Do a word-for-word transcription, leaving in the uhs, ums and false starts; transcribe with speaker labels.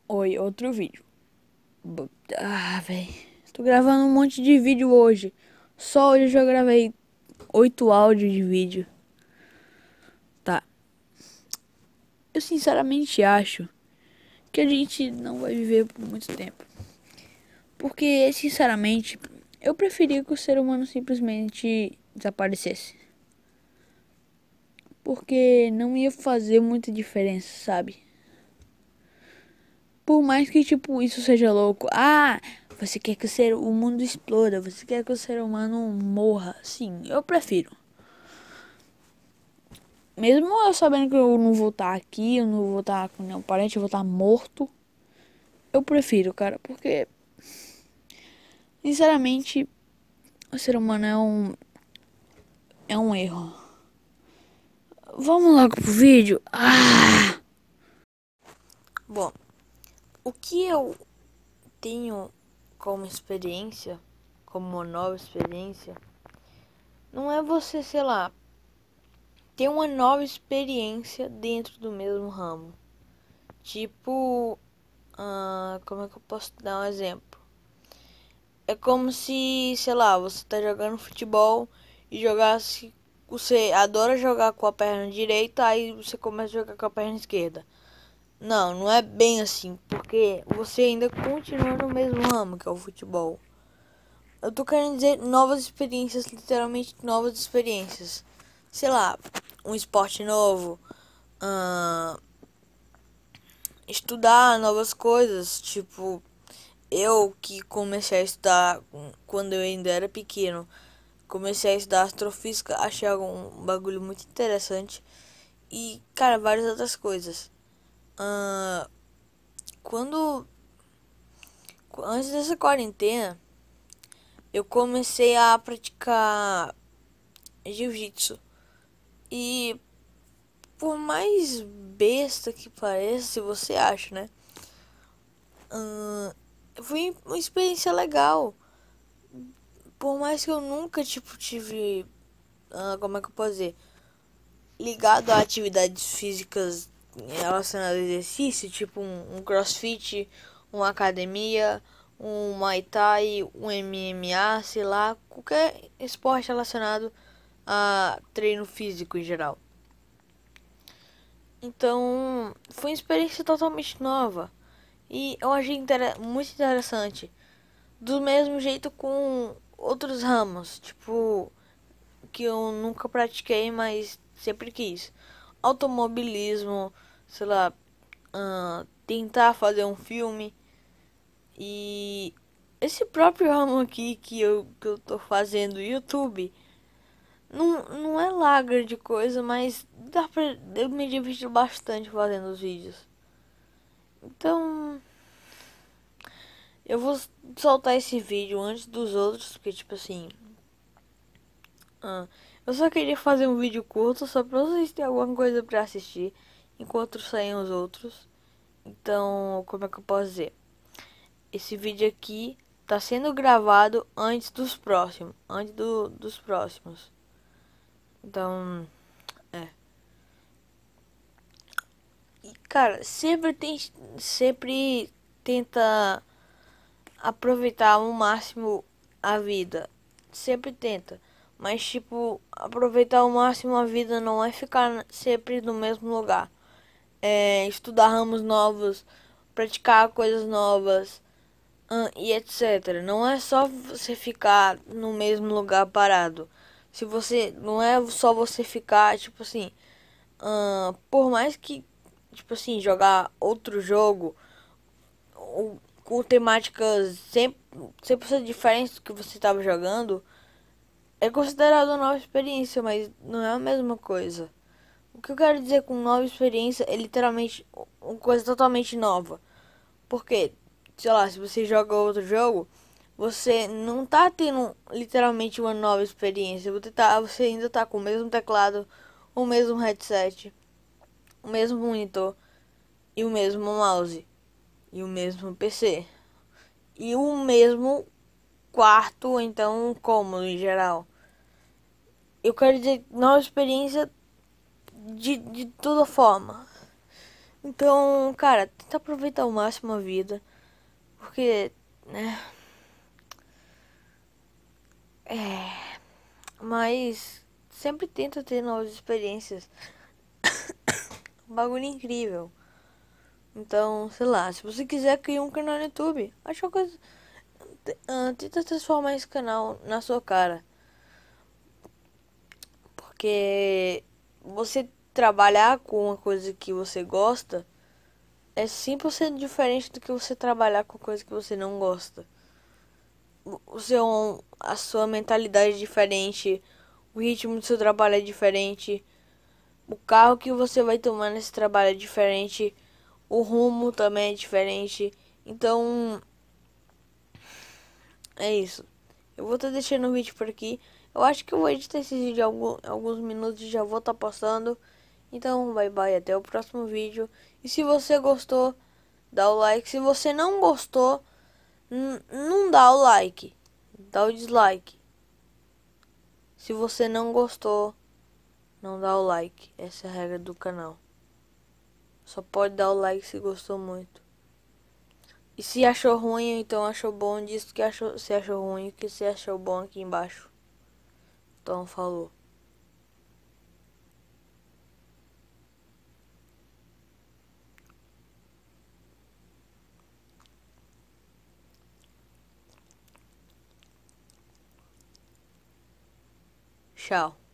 Speaker 1: Oi, outro vídeo. Bo- Ah, velho. Tô gravando um monte de vídeo hoje. Só hoje eu já gravei oito áudios de vídeo. Tá. Eu sinceramente acho que a gente não vai viver por muito tempo. Porque, sinceramente, eu preferia que o ser humano simplesmente desaparecesse. Porque não ia fazer muita diferença, sabe? Por mais que, tipo, isso seja louco. Ah, você quer que o, ser, o mundo exploda. Você quer que o ser humano morra. Sim, eu prefiro. Mesmo eu sabendo que eu não vou estar aqui, eu não vou estar com nenhum parente, eu vou estar morto. Eu prefiro, cara, porque, sinceramente, o ser humano é um, é um erro. Vamos logo pro vídeo? Ah! Bom, o que eu tenho como experiência, como uma nova experiência, não é você, sei lá, ter uma nova experiência dentro do mesmo ramo. Tipo, ah, como é que eu posso dar um exemplo? É como se, sei lá, você tá jogando futebol e jogasse. Você adora jogar com a perna direita, aí você começa a jogar com a perna esquerda. Não, não é bem assim, porque você ainda continua no mesmo ramo que é o futebol. Eu tô querendo dizer novas experiências, literalmente novas experiências. Sei lá, um esporte novo, uh, estudar novas coisas. Tipo, eu que comecei a estudar quando eu ainda era pequeno, comecei a estudar astrofísica, achei um bagulho muito interessante. E, cara, várias outras coisas. Uh, quando. Antes dessa quarentena, eu comecei a praticar jiu-jitsu. E por mais besta que pareça, se você acha, né? Uh, foi uma experiência legal. Por mais que eu nunca, tipo, tive. Uh, como é que eu posso dizer? Ligado a atividades físicas relacionadas a exercício, tipo um, um crossfit, uma academia, um Muay Thai, um M M A, sei lá, qualquer esporte relacionado a treino físico em geral. Então, foi uma experiência totalmente nova e eu achei inter muito interessante. Do mesmo jeito com outros ramos, tipo, que eu nunca pratiquei, mas sempre quis. Automobilismo, sei lá, uh, tentar fazer um filme. E esse próprio ramo aqui que eu, que eu tô fazendo, YouTube, não, não é lá grande coisa, mas dá pra, eu me divirto bastante fazendo os vídeos. Então, eu vou soltar esse vídeo antes dos outros, porque tipo assim, ah, eu só queria fazer um vídeo curto só pra vocês terem alguma coisa pra assistir enquanto saem os outros. Então, como é que eu posso dizer? Esse vídeo aqui tá sendo gravado antes dos próximos, antes do, dos próximos. Então, é. E cara, sempre tem, sempre tenta aproveitar ao máximo a vida. Sempre tenta. Mas, tipo, aproveitar ao máximo a vida não é ficar sempre no mesmo lugar. É estudar ramos novos, praticar coisas novas, hum, e etcétera. Não é só você ficar no mesmo lugar parado. Se você. Não é só você ficar, tipo assim. Hum, por mais que, tipo assim, jogar outro jogo ou, com temáticas sempre, cem por cento diferentes do que você estava jogando, é considerado uma nova experiência, mas não é a mesma coisa. O que eu quero dizer com nova experiência é literalmente uma coisa totalmente nova. Porque, sei lá, se você joga outro jogo, você não tá tendo literalmente uma nova experiência. Você, tá, você ainda tá com o mesmo teclado, o mesmo headset, o mesmo monitor e o mesmo mouse e o mesmo P C e o mesmo quarto, então um cômodo em geral. Eu quero dizer nova experiência de, de toda forma. Então, cara, tenta aproveitar ao máximo a vida. Porque, né? É. Mas sempre tenta ter novas experiências. Um bagulho incrível. Então, sei lá, se você quiser criar um canal no YouTube, acha uma coisa. ah, tenta transformar esse canal na sua cara. Porque você trabalhar com uma coisa que você gosta é cem por cento diferente do que você trabalhar com coisa que você não gosta. O seu, a sua mentalidade é diferente, o ritmo do seu trabalho é diferente, o carro que você vai tomar nesse trabalho é diferente, o rumo também é diferente. Então, é isso. Eu vou estar deixando o vídeo por aqui. Eu acho que eu vou editar esse vídeo em alguns minutos e já vou estar postando. Então, bye bye, até o próximo vídeo. E se você gostou, dá o like. Se você não gostou, não dá o like, dá o dislike. Se você não gostou, não dá o like. Essa é a regra do canal. Só pode dar o like se gostou muito. E se achou ruim, então achou bom, diz que achou, se achou ruim, que se achou bom aqui embaixo. Então, falou. Tchau.